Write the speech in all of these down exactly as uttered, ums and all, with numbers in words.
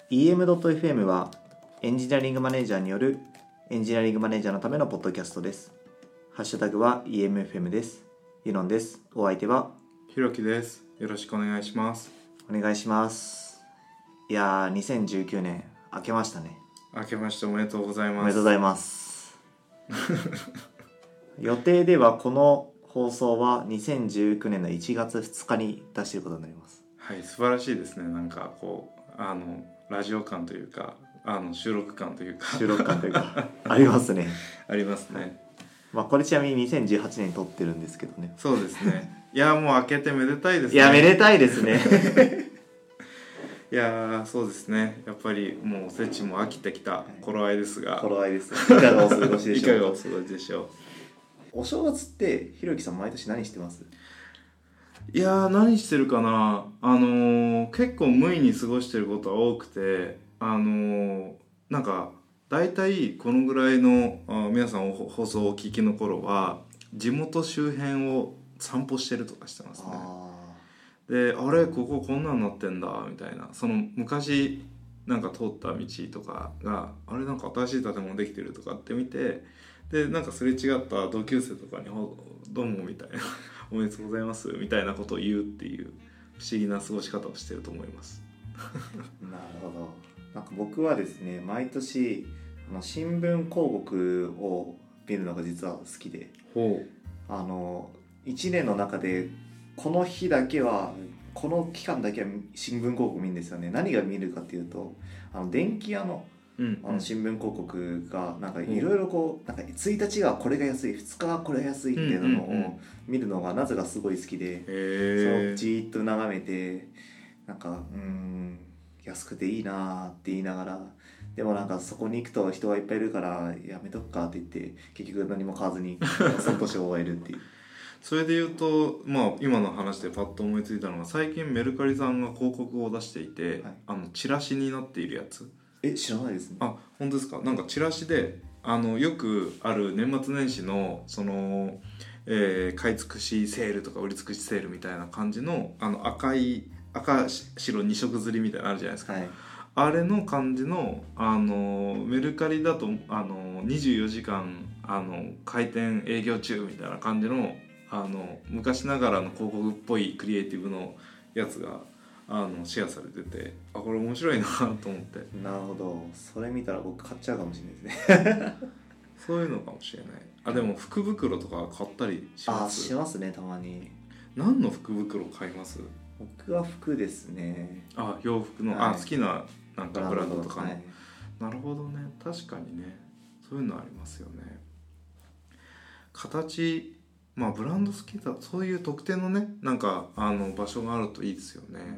イーエムドットエフエム はエンジニアリングマネージャーによるエンジニアリングマネージャーのためのポッドキャストです。ハッシュタグは イーエムエフエム です。ユノンです。お相手はひろきです。よろしくお願いします。 お願いします。いやーにせんじゅうきゅうねん明けましたね。 明けましておめでとうございます。 おめでとうございます予定ではこの放送はにせんじゅうきゅうねんのいちがつふつかに出していることになります。 はい、素晴らしいですね。なんかこうあのラジオ感というかあの収録感というか収録感というかありますねありますね。 まあこれちなみににせんじゅうはちねんに撮ってるんですけどね。 そうですね。いやもう明けてめでたいですね。 いやめでたいですねいやそうですね。やっぱりもうおせちも飽きてきた頃合いですが、 頃合いです。いかがお過ごしでしょう。 いかがお過ごしでしょう。 お正月ってひろゆきさん毎年何してます？ いやー何してるかな。あのー、結構無意に過ごしてることは多くて、あのー、なんかだいたいこのぐらいのあ皆さん放送をお聞きの頃は地元周辺を散歩してるとかしてますね。 あであれこここんなんなってんだみたいな、その昔なんか通った道とかがあれなんか新しい建物できてるとかって見て、でなんかすれ違った同級生とかにどうもみたいなおめでとうございますみたいなことを言うっていう不思議な過ごし方をしてると思いますなるほど。なんか僕はですね毎年あの新聞広告を見るのが実は好きで、 ほうあのいちねんの中でこの日だけはこの期間だけは新聞広告見るんですよね。何が見るかっていうとあの電気屋のうんあの新聞広告がなんかいろいろこうなんかついたちはこれが安いふつかはこれが安いっていうのを見るのがなぜかすごい好きで、 へそうじーっと眺めてなんかうーん安くていいなーって言いながら、でもなんかそこに行くと人がいっぱいいるからやめとくかって言って結局何も買わずにその年を終えるっていうそれで言うと、まあ、今の話でパッと思いついたのが最近メルカリさんが広告を出していて、はい、あのチラシになっているやつ。 え知らないですね。 あ、本当ですか。なんかチラシであのよくある年末年始のその、えー、買い尽くしセールとか売り尽くしセールみたいな感じの、あの赤い赤白に色刷りみたいなのあるじゃないですか、はい、あれの感じの、あのメルカリだとあのにじゅうよじかんあの開店営業中みたいな感じの、あの昔ながらの広告っぽいクリエイティブのやつがあのシェアされてて、あこれ面白いなと思って。 なるほど。それ見たら僕買っちゃうかもしれないですねそういうのかもしれない。あでも福袋とか買ったりします？ あしますねたまに。 何の福袋買います？ 僕は服ですね。 あ洋服の、はい、あ好きななんかブランドとかの、はい、なるほどね。確かにねそういうのありますよね。形まあブランド好きだ、そういう特定のねなんかあの場所があるといいですよね、うん、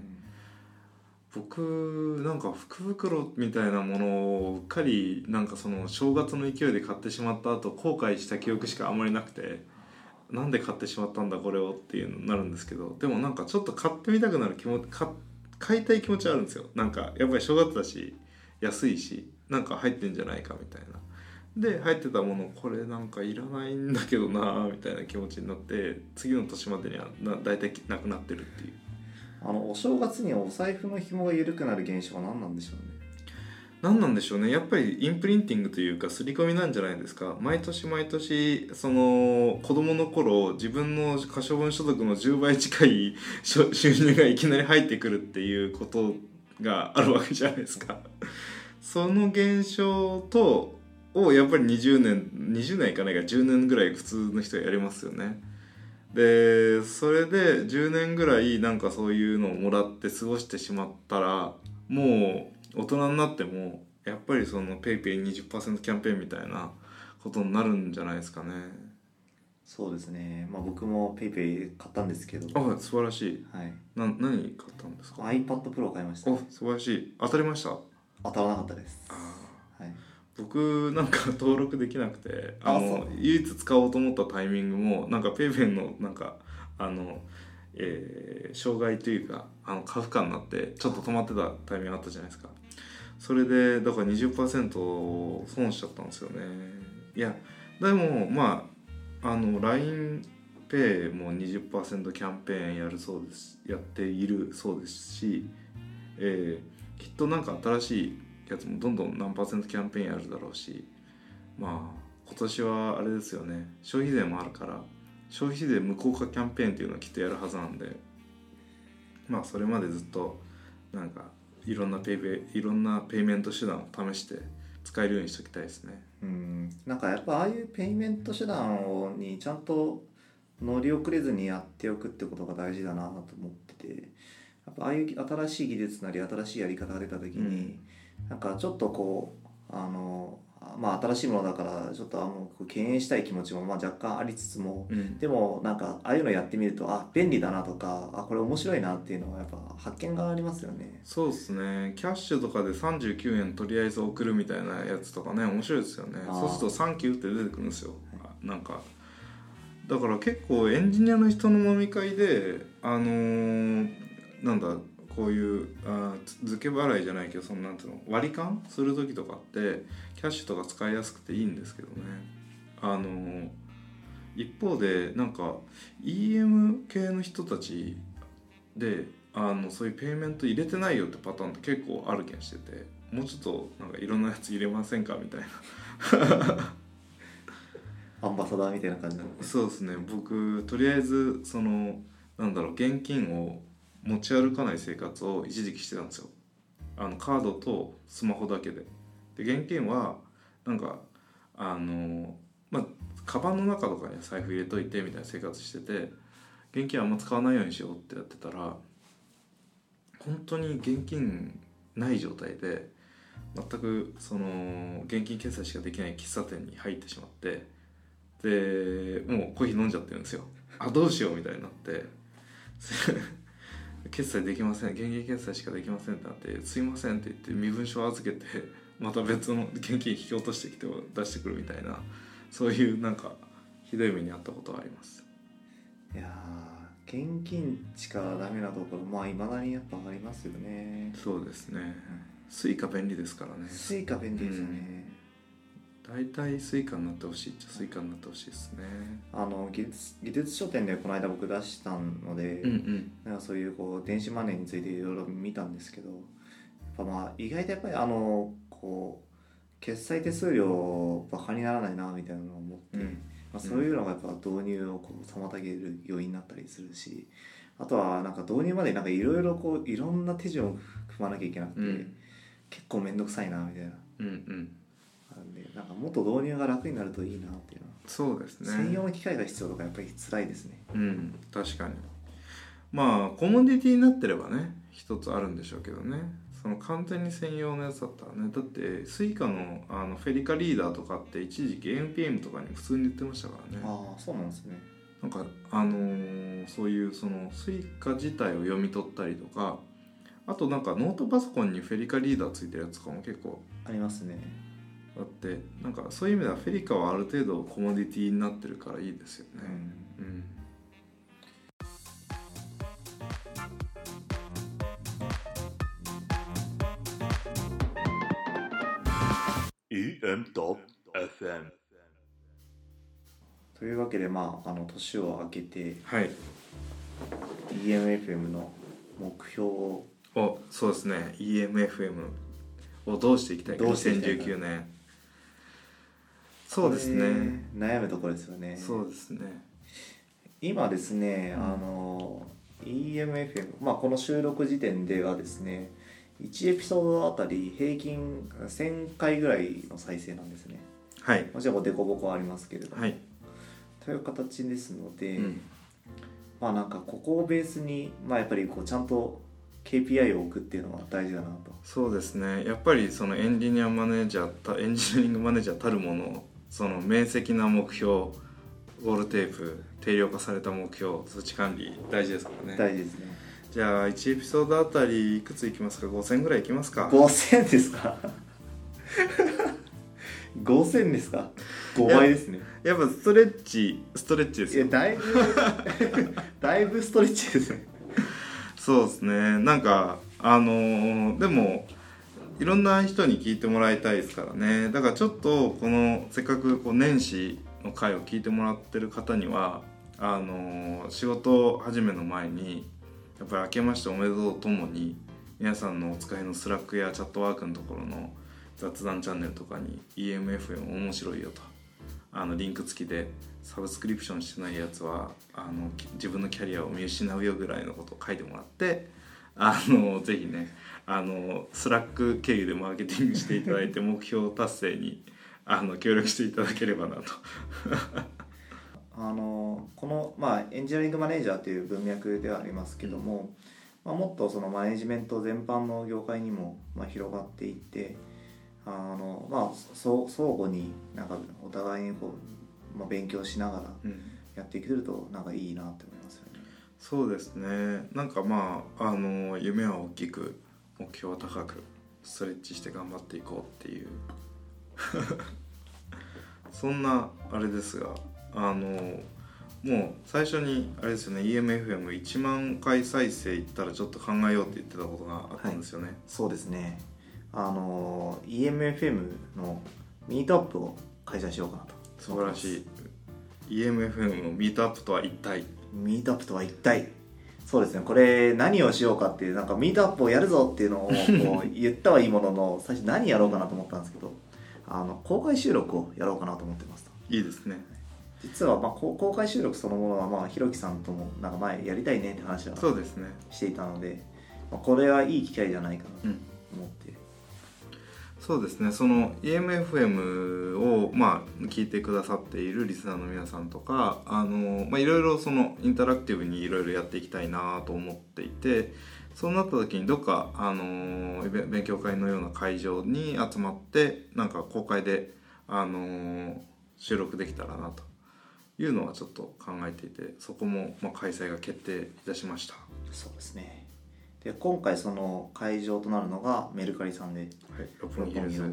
僕なんか福袋みたいなものをうっかりなんかその正月の勢いで買ってしまった後後悔した記憶しかあまりなくて、なんで買ってしまったんだこれをっていうのになるんですけど、でもなんかちょっと買ってみたくなる気持ち、買いたい気持ちはあるんですよ。なんかやっぱり正月だし安いしなんか入ってんじゃないかみたいな。で入ってたものこれなんかいらないんだけどなみたいな気持ちになって次の年までにはだいたいなくなってるっていう。 あのお正月にお財布の紐が緩くなる現象は何なんでしょうね。 何なんでしょうね。やっぱりインプリンティングというか刷り込みなんじゃないですか。毎年毎年その子供の頃自分の可処分所得のじゅうばい近い収入がいきなり入ってくるっていうことがあるわけじゃないですかその現象とをやっぱりにじゅうねんにじゅうねんいかないかじゅうねんぐらい普通の人はやりますよね。でそれでじゅうねんぐらいなんかそういうのをもらって過ごしてしまったらもう大人になってもやっぱりそのペイペイ にじゅっパーセント キャンペーンみたいなことになるんじゃないですかね。 そうですね、まあ、僕もペイペイ買ったんですけど。 あ素晴らしい、 はい、 な何買ったんですか？ iPad Pro 買いました。 あ素晴らしい。当たりました？ 当たらなかったです。 あ、はい、僕なんか登録できなくてあの唯一使おうと思ったタイミングもなんかペイペイのなんかあの、えー、障害というかあの過負荷になってちょっと止まってたタイミングあったじゃないですか。それでだから にじゅっパーセント 損しちゃったんですよね。いやでもまああの ライン ペイも にじゅっパーセント キャンペーンやるそうですやっているそうですし、えきっとなんか新しいやつもどんどん何パーセントキャンペーンやるだろうし、まあ今年はあれですよね、消費税もあるから消費税無効化キャンペーンっていうのをきっとやるはずなんで、まあそれまでずっとなんかいろんなペイペイいろんなペイメント手段を試して使えるようにしておきたいですね。 うんなんかやっぱああいうペイメント手段をにちゃんと乗り遅れずにやっておくってことが大事だなと思ってて、やっぱああいう新しい技術なり新しいやり方が出た時に、うん、なんかちょっとこうあのまあ新しいものだからちょっとあの敬遠したい気持ちもまあ若干ありつつも、うん、でもなんかああいうのやってみるとあ便利だなとかあこれ面白いなっていうのはやっぱ発見がありますよね。 そうですね。キャッシュとかでさんじゅうきゅうえんとりあえず送るみたいなやつとかね面白いですよね。そうするとサンキューって出てくるんですよ、はい、なんかだから結構エンジニアの人の飲み会であのー、なんだこういうあ付け払いじゃないけどそのなんていうの割り勘する時とかってキャッシュとか使いやすくていいんですけどね。あのー、一方でなんか イーエム 系の人たちであのそういうペイメント入れてないよってパターンって結構ある気がしてて、もうちょっとなんかいろんなやつ入れませんかみたいなアンバサダーみたいな感じなんで。 そうですね。僕とりあえずそのなんだろう現金を持ち歩かない生活を一時期してたんですよ。あのカードとスマホだけで。で現金はなんかあのまあカバンの中とかに財布入れといてみたいな生活してて、現金あんま使わないようにしようってやってたら本当に現金ない状態で全くその現金決済しかできない喫茶店に入ってしまって、でもうコーヒー飲んじゃってるんですよ。あどうしようみたいになって決済できません、現金決済しかできませんってなって、すいませんって言って身分証預けてまた別の現金引き落としてきて出してくるみたいな、そういうなんかひどい目にあったことはあります。 いや現金しかダメなところまあいまだにやっぱありますよね。 そうですね。スイカ便利ですからね。 スイカ便利ですよね、 うん、だいたいスイカになってほしいっちゃスイカになってほしいですね。 あの技術、技術書店でこの間僕出したので、 うんうん、 なんかそういうこう電子マネーについていろいろ見たんですけど、やっぱまあ意外とやっぱりあのこう決済手数料バカにならないなみたいなのを思って、うんまあ、そういうのがやっぱ導入をこう妨げる要因になったりするし、あとはなんか導入までなんかいろいろこういろんな手順を踏まなきゃいけなくて、うん、結構めんどくさいなみたいな、 うんうん、 なんでなんかもっと導入が楽になるといいなっていうのは。 そうですね。 専用の機械が必要とかやっぱり辛いですね。 うん確かに。まあコモディティになってればね一つあるんでしょうけどね、その完全に専用のやつだったらね、だってスイカ の, あのフェリカリーダーとかって一時期 エヌピーエム とかに普通に言ってましたからね。 ああそうなんですね。 なんかあのー、そういうそのスイカ自体を読み取ったりとか、あとなんかノートパソコンにフェリカリーダーついてるやつとかも結構ありますね。 だってなんかそういう意味ではフェリカはある程度コモディティになってるからいいですよね。うん、うんイーエム ドット エフエム というわけで、まあ、あの年を明けて、 はい、 イーエムエフエム の目標をおそうですね イーエムエフエム をどうしていきたいかにせんじゅうきゅうねん。そうですね、 悩むところですよね。 そうですね。 今ですね、 うん、 あの イーエムエフエム、まあ、この収録時点ではですねいちエピソードあたり平均せんかいぐらいの再生なんですね。 はい。 もちろんデコボコはありますけれども、 はい、 という形ですので、 うん、 まあなんかここをベースに、まあ、やっぱりこうちゃんと ケーピーアイ を置くっていうのは大事だなと。 そうですね。やっぱりそのエンジニアマネージャーエンジニアリングマネージャーたるもの、その明晰な目標、ゴールテープ、定量化された目標、数値管理大事ですからね。 大事ですね。 じゃあいちエピソードあたりいくついきますか？ごせんぐらいいきますか？ ごせんですかごせんですか？ごばいですね。 やっぱストレッチストレッチですよ。 いやだいぶだいぶストレッチですね。 そうですね。なんかあのー、でもいろんな人に聞いてもらいたいですからね。だからちょっとこのせっかくこう年始の回を聞いてもらってる方にはあのー、仕事始めの前にやっぱり明けましておめでとうともに皆さんのお使いのスラックやチャットワークのところの雑談チャンネルとかに イーエムエフエム 面白いよとあのリンク付きでサブスクリプションしてないやつはあの自分のキャリアを見失うよぐらいのことを書いてもらってあのぜひねあのスラック経由でマーケティングしていただいて目標達成にあの協力していただければなとあのこの、まあ、エンジニアリングマネージャーという文脈ではありますけども、まあ、もっとそのマネジメント全般の業界にも、まあ、広がっていってあの、まあ、相互になんかお互いにこう、まあ、勉強しながらやっていけるとなんかいいなって思いますよね。 そうですね。なんかまああの夢は大きく目標は高くストレッチして頑張っていこうっていうそんなあれですがあのもう最初にあれですよね イーエムエフエムいちまんかい再生いったらちょっと考えようって言ってたことがあったんですよね、 はい、そうですね。あの イーエムエフエム のミートアップを開催しようかなと。 素晴らしい。 イーエムエフエム のミートアップとは一体ミートアップとは一体そうですね。これ何をしようかっていうなんかミートアップをやるぞっていうのをこう言ったはいいものの最初何やろうかなと思ったんですけどあの公開収録をやろうかなと思ってますと。 いいですね。 実はまあ公開収録そのものはまあひろきさんともなんか前やりたいねって話はそうですねしていたので、まあ、これはいい機会じゃないかなと思って、うん、 そうですね。その イーエムエフエム をまあ聞いてくださっているリスナーの皆さんとかあのまあいろいろそのインタラクティブにいろいろやっていきたいなと思っていて、そうなった時にどっかあの勉強会のような会場に集まってなんか公開であの収録できたらなというのはちょっと考えていて、そこもまあ開催が決定いたしました。 そうですね。で今回その会場となるのがメルカリさんで、 はい、六本木ヒルズ、はい、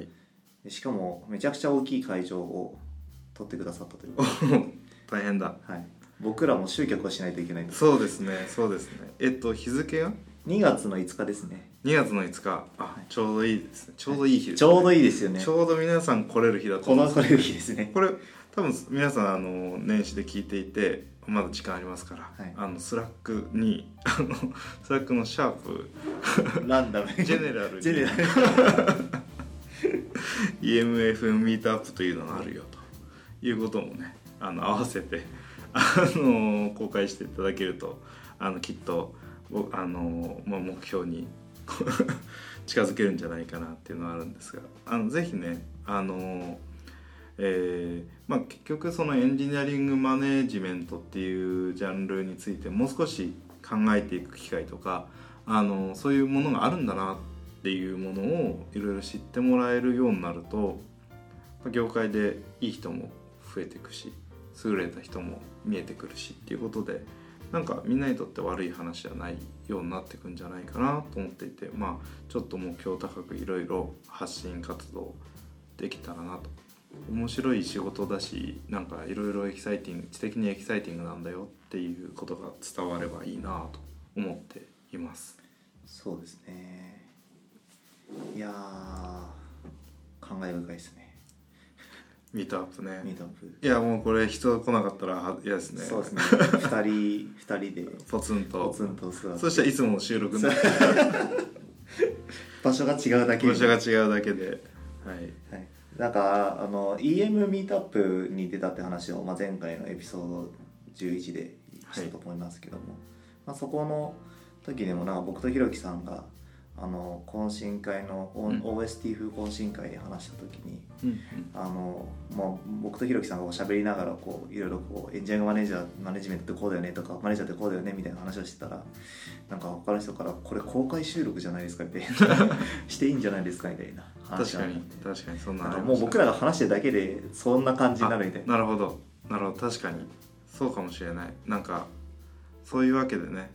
でしかもめちゃくちゃ大きい会場を取ってくださったという大変だ、 はい、僕らも集客をしないといけないと。 そうですねそうですね。えっと日付がにがつのいつかですね。 にがつのいつか、あ、はい、ちょうどいいですね。ちょうどいい日ですね。 ちょうどいいですよね。 ちょうど皆さん来れる日だと思います。この来れる日ですね。 これ多分皆さんあの年始で聞いていてまだ時間ありますから、 はい、 あのスラックにあのスラックのシャープランダムジェネラルにジェネラルイーエムエフエム ミートアップというのがあるよということもねあの合わせてあの公開していただけるとあのきっとあの、まあ、目標に近づけるんじゃないかなっていうのはあるんですが、あのぜひねあのえーまあ、結局そのエンジニアリングマネージメントっていうジャンルについてもう少し考えていく機会とかあのそういうものがあるんだなっていうものをいろいろ知ってもらえるようになると業界でいい人も増えていくし優れた人も見えてくるしっていうことでなんかみんなにとって悪い話じゃないようになっていくんじゃないかなと思っていて、まあちょっと目標高くいろいろ発信活動できたらなと。面白い仕事だしなんかいろいろエキサイティング知的にエキサイティングなんだよっていうことが伝わればいいなと思っています。 そうですね。いやー感慨深いですね。 ミートアップね。 ミートアップ。 いやもうこれ人来なかったら嫌ですね。 そうですね。二人二人でポツンとポツンと座って。 そしたらいつもの収録になって場所が違うだけ。 場所が違うだけで。はい。 はい。なんかあの イーエム ミートアップに出たって話を、まあ、前回のエピソードじゅういちでしたと思いますけども、はいまあ、そこの時でもなんか僕とひろきさんがあの懇親会の、うん、オーエスティー 風懇親会で話した時に、うんうん、あのまあ、僕とひろきさんが喋りながらこういろいろこうエンジニアリングマネージャーマネジメントってこうだよねとかマネージャーってこうだよねみたいな話をしてたらなんか他の人からこれ公開収録じゃないですかみたいなしていいんじゃないですかみたいな話があって、 確かに確かにそんななんかもう僕らが話してるだけでそんな感じになるみたいな。 なるほどなるほど確かにそうかもしれない。なんかそういうわけでね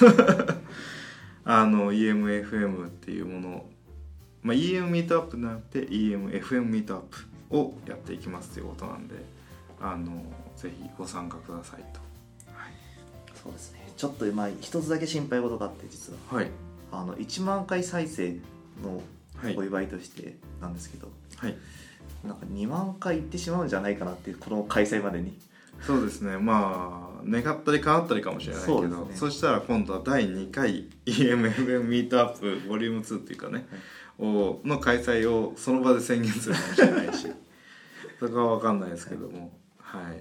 あの イーエムエフエム っていうもの、まあ、イーエム ミートアップじゃなくて イーエムエフエム ミートアップをやっていきますということなんであのぜひご参加くださいと、はい、 そうですね。ちょっと今一つだけ心配事があって実は、 はい、 あのいちまんかい再生のお祝いとしてなんですけど、 はい、 なんかにまんかい行ってしまうんじゃないかなっていうこの開催までにそうですね、まあ願ったり叶ったりかもしれないけど、 そ,、ね、そしたら今度はだいにかい イーエムエフエム ミートアップボリュームツーっていうかね、はい、をの開催をその場で宣言するかもしれないしそこは分かんないですけども、はい、はい、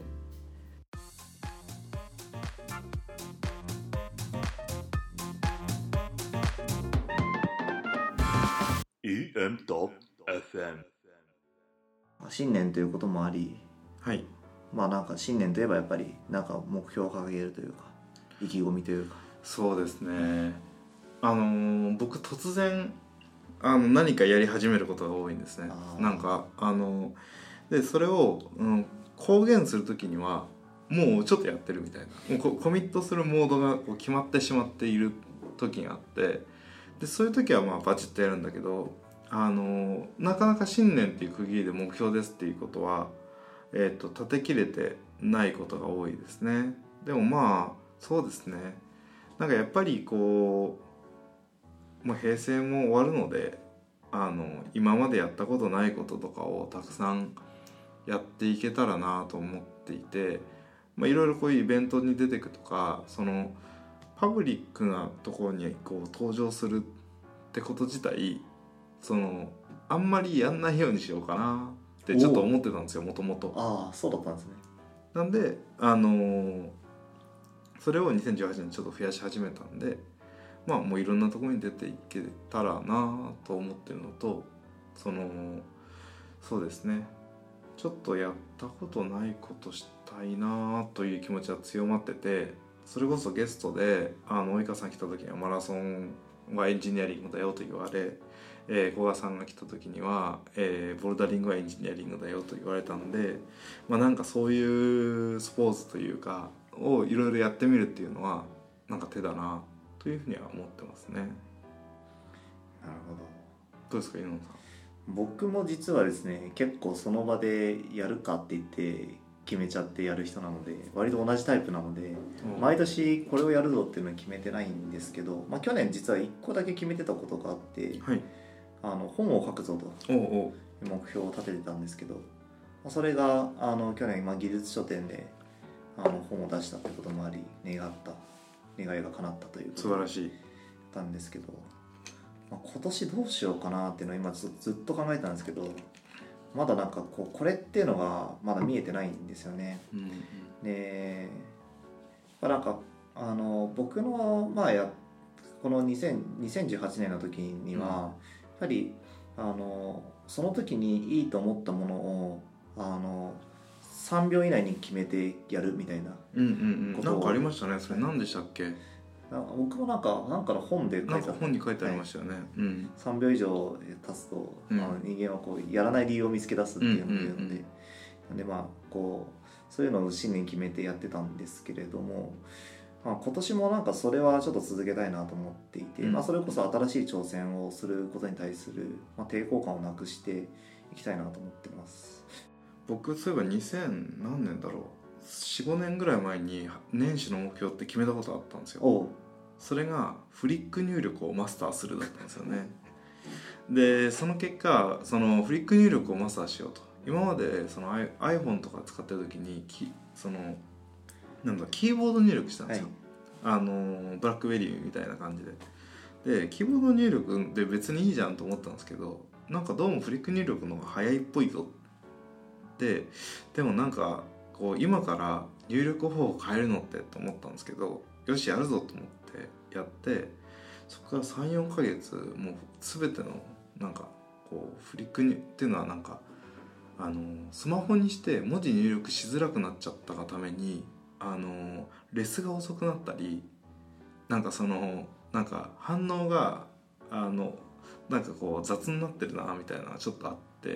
イーエム エフエム 新年ということもあり、 はい、 まあなんか新年といえばやっぱりなんか目標を掲げるというか意気込みというか。 そうですね、あのー、僕突然あの何かやり始めることが多いんですね。なんかあのでそれを、うん、公言する時にはもうちょっとやってるみたいな、もうコミットするモードがこう決まってしまっている時があって、でそういう時はまあバチッとやるんだけど、あのなかなか新年っていう区切りで目標ですっていうことは、えー、と立てきれてないことが多いですね。でもまあそうですね、なんかやっぱりこうもう平成も終わるので、あの今までやったことないこととかをたくさんやっていけたらなと思っていて、まあ、いろいろこういうイベントに出てくとか、そのパブリックなところにこう登場するってこと自体、そのあんまりやんないようにしようかなってちょっと思ってたんですよ、もともと。 ああ、そうだったんですね。 なんであのー、それをにせんじゅうはちねんちょっと増やし始めたんで、まあもういろんなところに出ていけたらなと思ってるのと、そのそうですね、ちょっとやったことないことしたいなという気持ちは強まってて、それこそゲストであの及川さん来た時にはマラソンはエンジニアリングだよと言われ、えー、古賀さんが来た時には、えー、ボルダリングはエンジニアリングだよと言われたんで、まあなんかそういうスポーツというかをいろいろやってみるっていうのはなんか手だなというふうには思ってますね。なるほど。 どうですか井野さん。 僕も実はですね、結構その場でやるかって言って決めちゃってやる人なので、割と同じタイプなので、毎年これをやるぞっていうのは決めてないんですけど、まあ、去年実はいっこだけ決めてたことがあって、 はい、 あの本を書くぞという目標を立ててたんですけど、それがあの去年、まあ、技術書店であの本を出したってこともあり、願った願いが叶ったということ素晴らしいたんですけど、まあ、今年どうしようかなっていうのを今 ず, ずっと考えてたんですけど、まだなんかこうこれっていうのがまだ見えてないんですよね。うんうん、で、まあ、なんかあの僕の、まあ、やこのにせんじゅうはちねんの時には、うん、やっぱりあのその時にいいと思ったものをあのさんびょう以内に決めてやるみたいなことを、うんうんうん、 なんかありましたね。それ何でしたっけ。 僕もなんかなんかの本で書いてあった、 なんか本に書いてありましたよね、はい、うん、 さんびょう以上経つと、うん、あの人間はこうやらない理由を見つけ出すっていうので、うんうんうん、なんでまあこうそういうのを信念決めてやってたんですけれども、まあ、今年もなんかそれはちょっと続けたいなと思っていて、うん、まあ、それこそ新しい挑戦をすることに対する、まあ、抵抗感をなくしていきたいなと思ってます。 僕そういえばにせん何年だろう よん,ご 年ぐらい前に年始の目標って決めたことあったんですよ。それがフリック入力をマスターするだったんですよね。でその結果そのフリック入力をマスターしようと、今までその iPhone とか使ってる時にそのなんだキーボード入力したんですよ、はい、あのブラックベリーみたいな感じででキーボード入力で別にいいじゃんと思ったんですけど、なんかどうもフリック入力の方が早いっぽいぞって、でもなんかこう今から入力方法を変えるのってと思ったんですけど、よしやるぞと思ってやって、そこから さん,よん ヶ月もう全てのなんかこうフリックにっていうのはなんかあのスマホにして文字入力しづらくなっちゃったがためにあのレスが遅くなったり、なんかそのなんか反応があのなんかこう雑になってるなみたいなのがちょっとあって、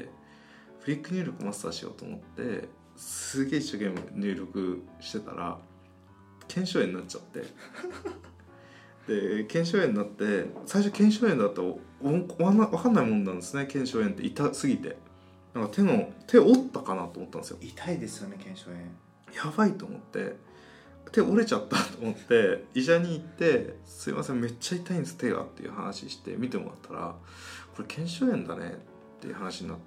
フリック入力マスターしようと思ってすげえ一生懸命入力してたら腱鞘炎になっちゃってで腱鞘炎になって最初腱鞘炎だと分かんないもんなんですね。腱鞘炎って痛すぎてなんか手の手折ったかなと思ったんですよ。 痛いですよね腱鞘炎。 やばいと思って手折れちゃったと思って医者に行ってすいませんめっちゃ痛いんです手がっていう話して見てもらったら、これ腱鞘炎だねっていう話になって、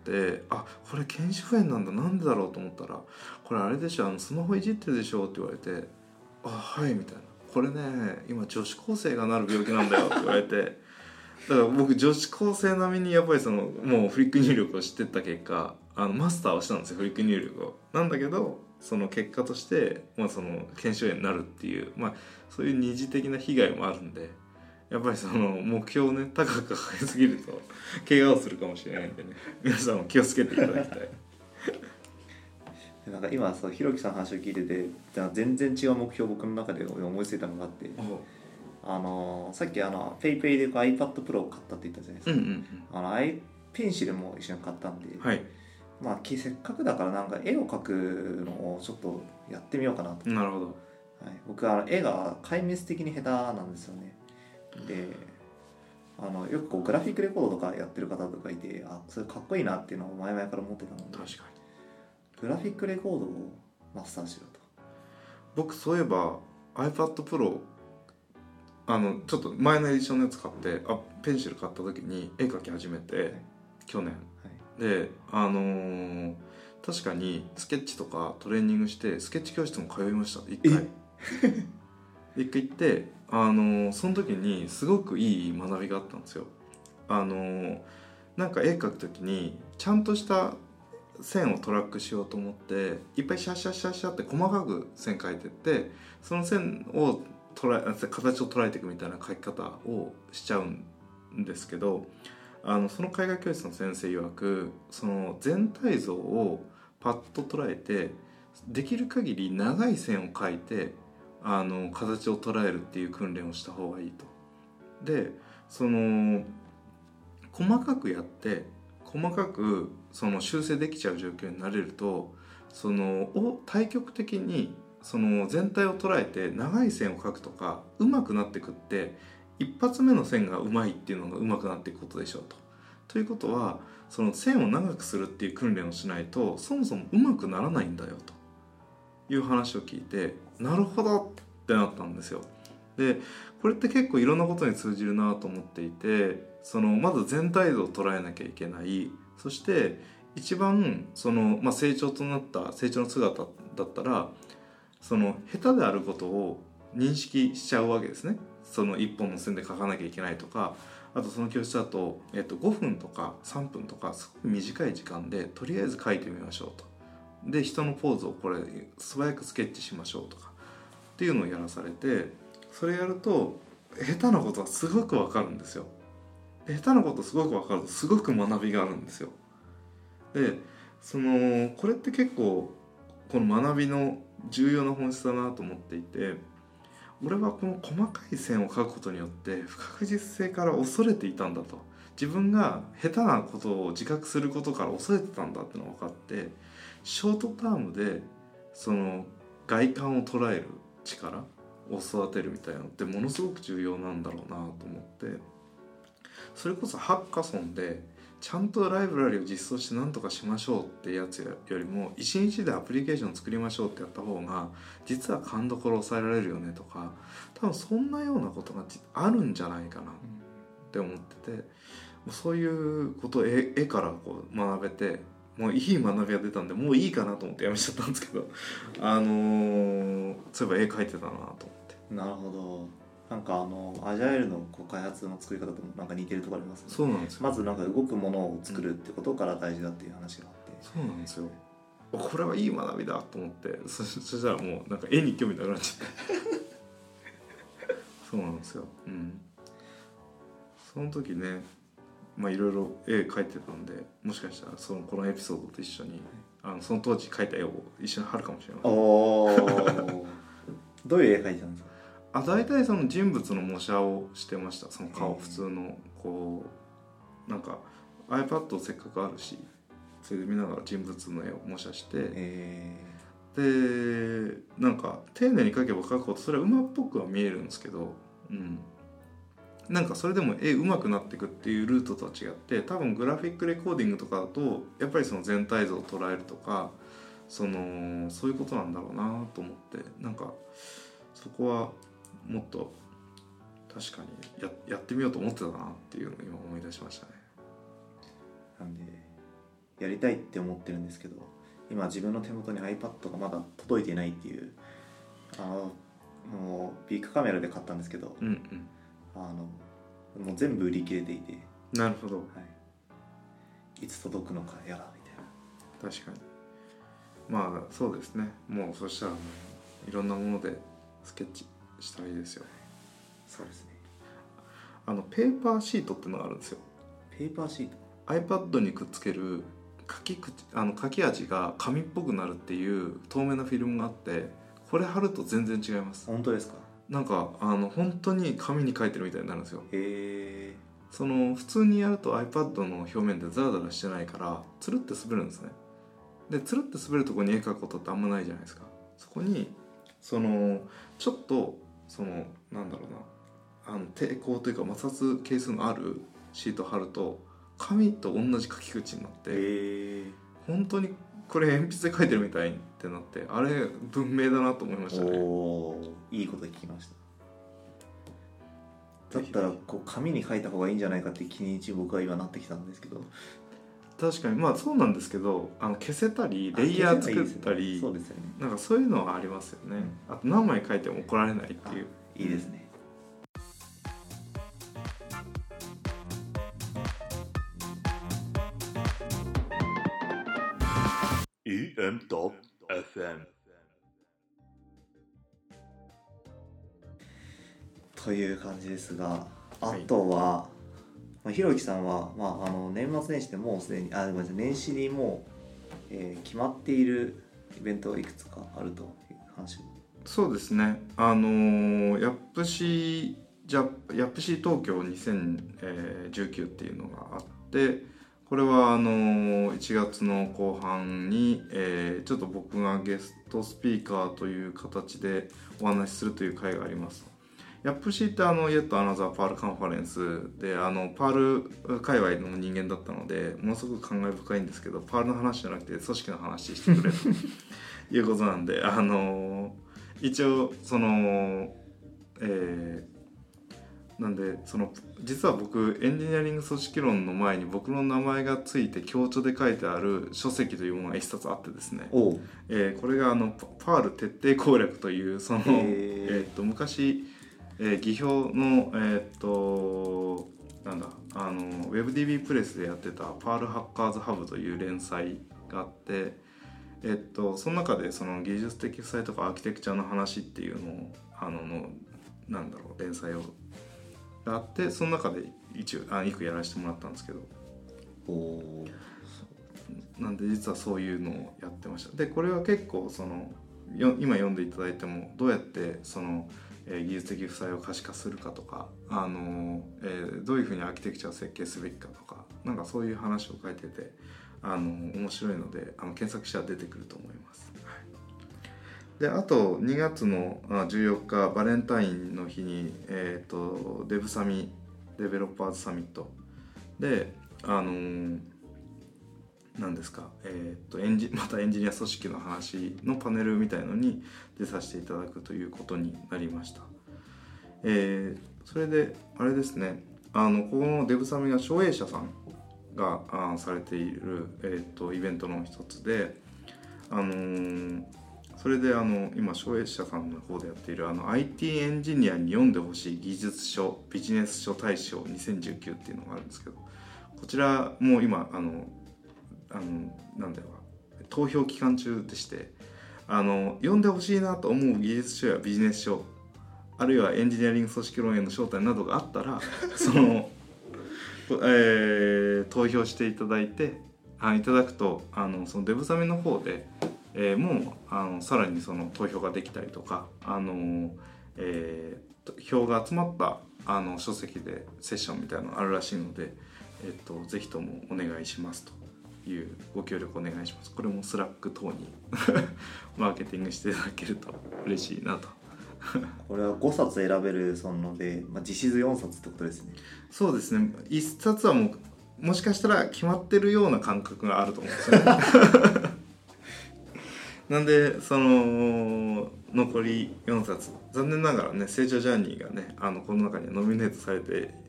あこれ腱鞘炎なんだ、なんでだろうと思ったら、これあれでしょ、あのスマホいじってるでしょって言われて、あはいみたいな、これね今女子高生がなる病気なんだよって言われてだから僕女子高生並みにやっぱりそのもうフリック入力を知ってった結果、あのマスターをしたんですよ、フリック入力を。なんだけどその結果として、まあ、その腱鞘炎になるっていう、まあ、そういう二次的な被害もあるんで、やっぱりその目標をね高く掲げすぎると怪我をするかもしれないんでね、皆さんも気をつけていただきたい。 なんか今そうひろきさんの話を聞いてて、全然違う目標を僕の中で思いついたのがあって、あのさっきあの PayPay でこう iPad Pro を買ったって言ったじゃないですか、 うんうんうん、 あの iPencil も一緒に買ったんで、 はい、 まあ、せっかくだからなんか絵を描くのをちょっとやってみようかなと。 なるほど。 はい、僕は絵が壊滅的に下手なんですよね。であのよくこうグラフィックレコードとかやってる方とかいて、あそれかっこいいなっていうのを前々から思ってたので、 確かにグラフィックレコードをマスターしようと。 僕そういえば iPad Pro あのちょっと前のエディションのやつ買って、あペンシル買った時に絵描き始めて、はい、去年、はい、であのー、確かにスケッチとかトレーニングしてスケッチ教室も通いました、一回一回行って、あのー、その時にすごくいい学びがあったんですよ。あのー、なんか絵描く時にちゃんとした線をトラックしようと思っていっぱいシャッシャッシャッシャッって細かく線描いてって、その線を捉え形を捉えていくみたいな描き方をしちゃうんですけど、あのその絵画教室の先生曰く、その全体像をパッと捉えてできる限り長い線を描いてあの形を捉えるっていう訓練をした方がいいと。でその細かくやって細かくその修正できちゃう状況になれると、その対極的にその全体を捉えて長い線を描くとか上手くなっていくって、一発目の線が上手いっていうのが上手くなっていくことでしょうと。ということはその線を長くするっていう訓練をしないとそもそも上手くならないんだよという話を聞いて、なるほどってなったんですよ。でこれって結構いろんなことに通じるなと思っていて、そのまず全体像を捉えなきゃいけない。そして一番その、まあ、成長となった成長の姿だったら、その下手であることを認識しちゃうわけですね。その一本の線で描かなきゃいけないとか、あとその教室だと、えっと、ごふんとかさんぷんとかすごい短い時間でとりあえず描いてみましょうと。で人のポーズをこれ素早くスケッチしましょうとかっていうのをやらされて、それやると下手なことはすごく分かるんですよ。下手なことすごく分かるとすごく学びがあるんですよ。でそのこれって結構この学びの重要な本質だなと思っていて、俺はこの細かい線を描くことによって不確実性から恐れていたんだと、自分が下手なことを自覚することから恐れてたんだってのが分かって、ショートタームでその外観を捉える力を育てるみたいなのってものすごく重要なんだろうなと思って、それこそハッカソンでちゃんとライブラリを実装して何とかしましょうってやつよりも一日でアプリケーション作りましょうってやった方が実は勘どころ抑えられるよねとか、多分そんなようなことがあるんじゃないかなって思ってて、そういうことを 絵, 絵からこう学べて、もういい学びが出たんでもういいかなと思ってやめちゃったんですけど、あのー、そういえば絵描いてたなと思って。 なるほど。なんかあのアジャイルのこう開発の作り方ともなんか似てるところありますね。 そうなんですよ。 まずなんか動くものを作るってことから大事だっていう話があって、 そうなんですよ。これはいい学びだと思って、そ, そしたらもうなんか絵に興味なくなっちゃったそうなんですよ。うん。その時ね、まあいろいろ絵描いてたんで、もしかしたらそのこのエピソードと一緒にあのその当時描いた絵を一緒に貼るかもしれない。 おーどういう絵描いてたんですか？ あ、大体その人物の模写をしてました。その顔、普通のこうなんか iPad せっかくあるし、それで見ながら人物の絵を模写して、 えー、でなんか丁寧に描けば描くほどそれは馬っぽくは見えるんですけど、うん、なんかそれでも絵上手くなっていくっていうルートとは違って、多分グラフィックレコーディングとかだとやっぱりその全体像を捉えるとか、そのそういうことなんだろうなと思って、なんかそこはもっと確かに や, やってみようと思ってたなっていうのを今思い出しましたね。 なんでやりたいって思ってるんですけど、今自分の手元に iPad がまだ届いていないっていう、あのもうビッグカメラで買ったんですけど、 うんうん、 あのもう全部売り切れていて、 なるほど、はい、いつ届くのかやらみたいな。確かにまあそうですね。もうそしたらもういろんなものでスケッチしたらいいですよ。 そうですね。 あのペーパーシートってのがあるんですよ。 ペーパーシート iPad にくっつける書き口あの書き味が紙っぽくなるっていう透明なフィルムがあって、これ貼ると全然違います。 本当ですか？ なんかあの本当に紙に書いてるみたいになるんですよ。 へえ。 その普通にやると iPad の表面でザラザラしてないからつるって滑るんですね。でつるって滑るところに絵描くことってあんまないじゃないですか。そこにそのちょっとそのなんだろうな、あの抵抗というか摩擦係数のあるシート貼ると紙と同じ書き口になって、 へえ。 本当にこれ鉛筆で書いてるみたいってなって、あれ文明だなと思いましたね。 おー、いいこと聞きました。だったらこう紙に書いた方がいいんじゃないかって気に一僕は今なってきたんですけど。 確かにまあそうなんですけど、あの消せたりレイヤー作ったり、いいですね、 そうですよね。 なんかそういうのはありますよね、うん、あと何枚書いても怒られないっていう。 いいですね。イーエム と エフエム という感じですが、あとは、はい、まあ、ひろきさんは、まあ、あの年末年始でもうすでにあごめんなさい年始にもう、えー、決まっているイベントがいくつかあるという話を。 そうですね、あのー、ヤップシジャヤップシ東京にせんじゅうきゅうっていうのがあって、これはあのー、いちがつの後半に、えー、ちょっと僕がゲストスピーカーという形でお話しするという会があります。ヤップシーってあの Yet Another パールカンファレンスであのパール界隈の人間だったのでものすごく感慨深いんですけど、パールの話じゃなくて組織の話してくれるということなんで、あの一応そのえー、なんでその実は僕エンジニアリング組織論の前に僕の名前がついて強調で書いてある書籍というものが一冊あってですね、えー、これがあのパール徹底攻略というその、えー、っと昔えー、技表の、えー、っとなんだあの WebDB プレスでやってたパールハッカーズハブという連載があって、えー、っとその中でその技術的負債とかアーキテクチャの話っていうのをあののなんだろう連載をがあって、その中で一応あいくやらせてもらったんですけど、おなんで実はそういうのをやってました。でこれは結構そのよ今読んでいただいてもどうやってそのえー、技術的負債を可視化するかとか、あのーえー、どういうふうにアーキテクチャを設計すべきかとか、なんかそういう話を書いてて、あのー、面白いのであの検索したら出てくると思います。はい、であとにがつのじゅうよっかバレンタインの日に、えー、とデブサミデベロッパーズサミットで、あのーなんですか、えー、とエンジまたエンジニア組織の話のパネルみたいのに出させていただくということになりました。えー、それであれですね、あのここのデブサミが省営者さんがあされている、えー、とイベントの一つで、あのー、それであの今省営者さんの方でやっているあの アイティー エンジニアに読んでほしい技術書ビジネス書大賞にせんじゅうきゅうっていうのがあるんですけど、こちらも今あのあのなんだろう投票期間中でして、あの読んでほしいなと思う技術書やビジネス書、あるいはエンジニアリング組織論への招待などがあったらその、えー、投票していただいてあいただくとあのそのデブサミの方で、えー、もうあのさらにその投票ができたりとか、あの、えー、票が集まったあの書籍でセッションみたいなのがあるらしいので、えっと、ぜひともお願いしますというご協力お願いします。これもスラック等にマーケティングしていただけると嬉しいなとこれはごさつ選べるそので、まあ、実質よんさつってことですね。 そうですね、いっさつはもうもしかしたら決まってるような感覚があると思うんですよねなんでその残りよんさつ残念ながらね成長ジャーニーがねあのこの中にノミネートされて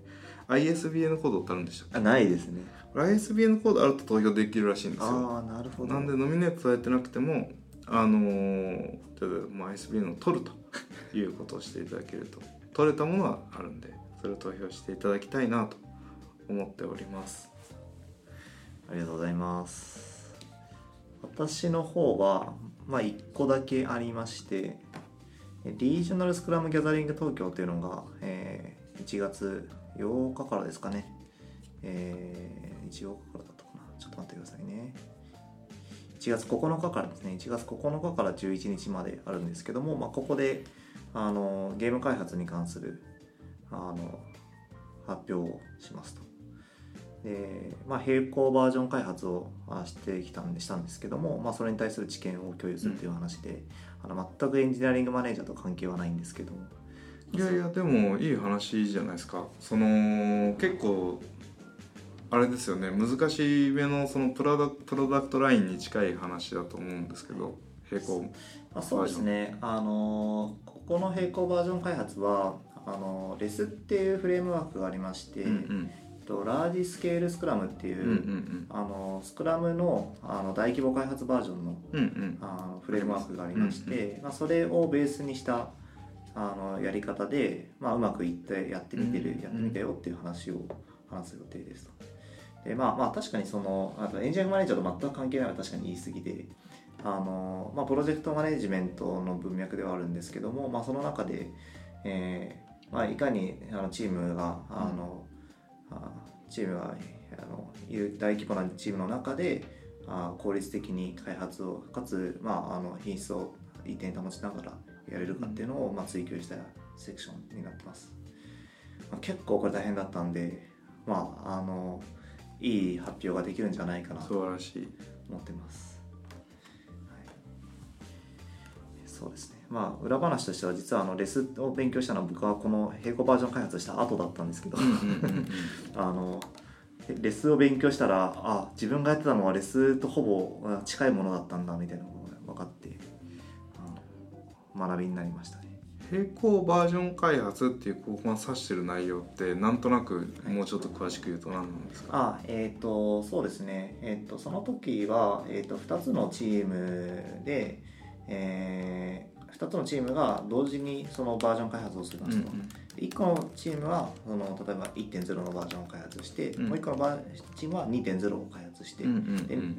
アイエスビーエヌ コードってあるんでしたっけ？ あ、ないですね。 これ アイエスビーエヌ コードあると投票できるらしいんですよ。 ああ、なるほど。 なんでノミネートされてなくてもあのー、もう アイエスビーエヌ を取るということをしていただけると取れたものはあるんで、それを投票していただきたいなと思っております。 ありがとうございます。私の方は、まあ、いっこだけありまして、リージョナルスクラムギャザリング東京というのが、えー、いちがつようかからですかね、えー、いちがつようかからだったかな、ちょっと待ってくださいね。いちがつここのかからですね、いちがつここのかからじゅういちにちまであるんですけども、まあ、ここであのゲーム開発に関するあの発表をしますと。で、まあ、並行バージョン開発をしてきたんでしたんですけども、まあ、それに対する知見を共有するという話で、うん、あの全くエンジニアリングマネージャーと関係はないんですけども。 いやいや、でもいい話じゃないですか。その結構あれですよね、難しめのそのプロダプロダクトラインに近い話だと思うんですけど、並行あ、そうですね、あのここの並行バージョン開発はあのレスっていうフレームワークがありまして、うんうん、とラージスケールスクラムっていう、うんうんうん、あのスクラム の, あの大規模開発バージョン の,、うんうん、あのフレームワークがありまして、うんうん、まあ、それをベースにしたあのやり方で、まあ、うまくいってやってみてる、うんうん、やってみたよっていう話を話す予定ですと。で、まあ、まあ確かにそのあとエンジニアマネージャーと全く関係ないのは確かに言い過ぎで、あの、まあ、プロジェクトマネジメントの文脈ではあるんですけども、まあ、その中で、えーまあ、いかにあのチームがあの、うん、チームがあの大規模なチームの中であ効率的に開発をかつ、まあ、あの品質を一定に保ちながらやれるかっていうのを、まあ、追求したセクションになってます。まあ、結構これ大変だったんで、まあ、あのいい発表ができるんじゃないかなと思ってます。はい、そうですね。まあ裏話としては実はあのレスを勉強したのは僕はこの並行バージョン開発した後だったんですけど、あのレスを勉強したらあ自分がやってたのはレスとほぼ近いものだったんだみたいなのが分かってあの学びになりましたね。 並行バージョン開発っていうここが指してる内容ってなんとなくもうちょっと詳しく言うと何なんですか？ あえっ、ー、とそうですね、えー、とその時は、えー、とふたつのチームで、えー、ふたつのチームが同時にそのバージョン開発をするんですと、うんうん、いっこのチームはその例えば いってんゼロ のバージョンを開発して、うん、もういっこのバーチームは にてんゼロ を開発して、うんうんうん、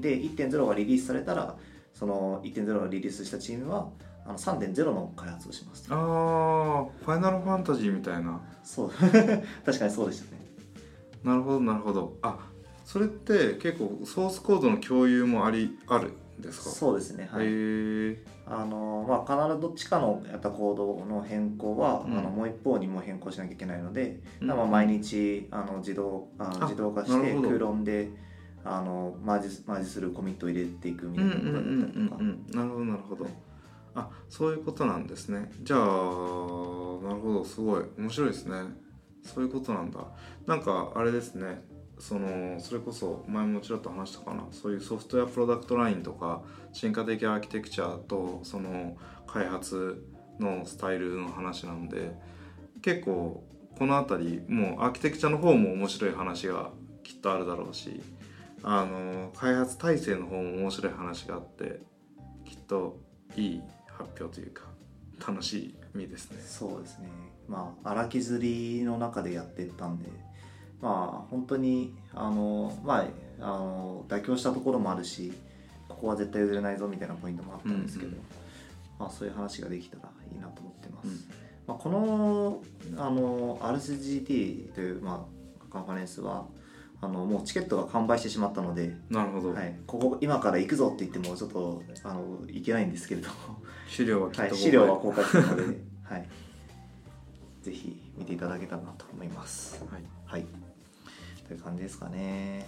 で, で いってんゼロ がリリースされたらその いってんゼロ をリリースしたチームはあの さんてんゼロ の開発をします。 ああ、ファイナルファンタジーみたいな。 そう確かにそうでしたね。 なるほどなるほど。あ、それって結構ソースコードの共有もありあるんですか？ そうですね、はい。へあのまあ、必ずどっちかのやったコードの変更は、うん、あのもう一方にも変更しなきゃいけないので、うん、まあ、毎日あの自動あの自動化して空論であのマージマージするコミットを入れていくみたいなことだったりとか。 なるほどなるほど。あ、そういうことなんですね。じゃあなるほど、すごい面白いですね。そういうことなんだ。なんかあれですね、そのそれこそ前もちらっと話したかな、そういうソフトウェアプロダクトラインとか進化的アーキテクチャとその開発のスタイルの話なんで、結構この辺りもうアーキテクチャの方も面白い話がきっとあるだろうし、あの開発体制の方も面白い話があって、きっといい発表というか楽しみですね。 そうですね。まあ荒削りの中でやっていったんで、まあ本当にあのまああの妥協したところもあるし、ここは絶対譲れないぞみたいなポイントもあったんですけど、うんうん、まあそういう話ができたらいいなと思ってます。うん、まあ、このあの アールエスジーティー というまあカンファレンスはあのもうチケットが完売してしまったので、 なるほど、 はい、ここ今から行くぞって言ってもちょっとあの行けないんですけれども、 資料はきっと、はい、 資料は公開するので、はい、ぜひ見ていただけたらなと思います。はい、はい、という感じですかね。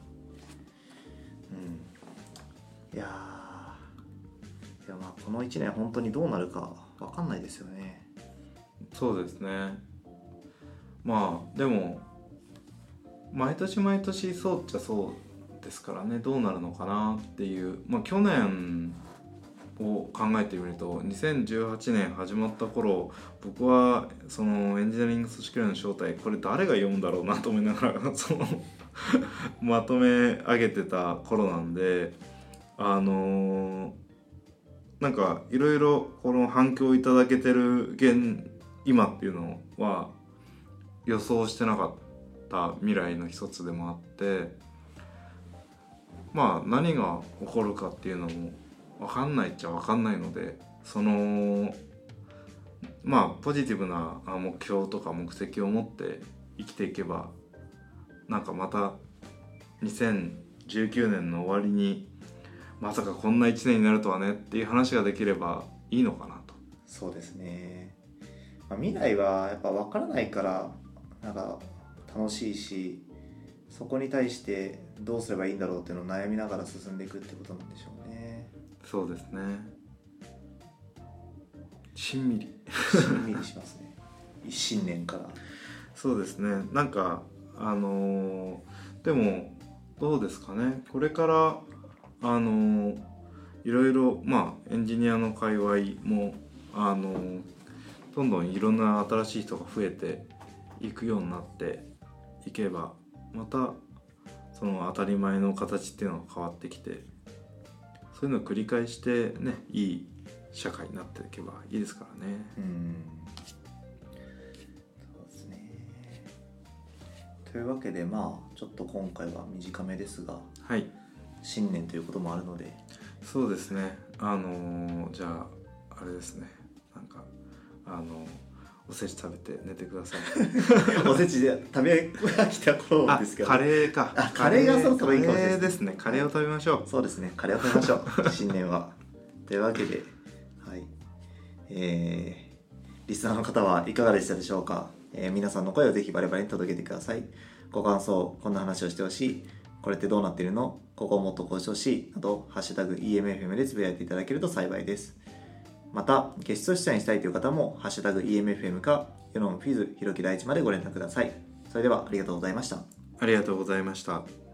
うん、いやいやまあこのいちねん本当にどうなるか分かんないですよね。 そうですね。まあでも毎年毎年そうっちゃそうですからね、どうなるのかなっていう、まあ、去年を考えてみるとにせんじゅうはちねん始まった頃、僕はそのエンジニアリング組織論の正体これ誰が読むんだろうなと思いながらそのまとめ上げてた頃なんで、あのー、なんかいろいろこの反響をいただけてる現今っていうのは予想してなかった未来の一つでもあって、まあ何が起こるかっていうのも分かんないっちゃ分かんないので、そのまあポジティブな目標とか目的を持って生きていけば、なんかまたにせんじゅうきゅうねんの終わりにまさかこんないちねんになるとはねっていう話ができればいいのかなと。 そうですね、まあ、未来はやっぱ分からないからなんか楽しいし、そこに対してどうすればいいんだろうっていうのを悩みながら進んでいくってことなんでしょうね。 そうですね、しんみりしんみりしますね新年から。 そうですね、なんかあのー、でもどうですかね、これからあのー、いろいろまあエンジニアの界隈もあのー、どんどんいろんな新しい人が増えていくようになっていけば、またその当たり前の形っていうのが変わってきて、そういうのを繰り返してね、いい社会になっていけばいいですからね。 うん、そうですね。というわけで、まあちょっと今回は短めですが、 はい、 新年ということもあるので、 そうですね、あのー、じゃああれですね、なんかあのーおせち食べて寝てくださいおせちで食べ飽きた頃ですけど、 カレーか、 あカレーがそろそろいいかもしれないカレーですね、カレーを食べましょう。 そうですね、カレーを食べましょう新年は。というわけで、はい、えー、リスナーの方はいかがでしたでしょうか。えー、皆さんの声をぜひバレバレに届けてください。ご感想、こんな話をしてほしい、これってどうなっているの、ここをもっとこうしてほしいなど、ハッシュタグ イーエムエフエム でつぶやいていただけると幸いです。またゲスト出演したいという方もハッシュタグ イーエムエフエム か世論フィズひろき大地までご連絡ください。それではありがとうございました。 ありがとうございました。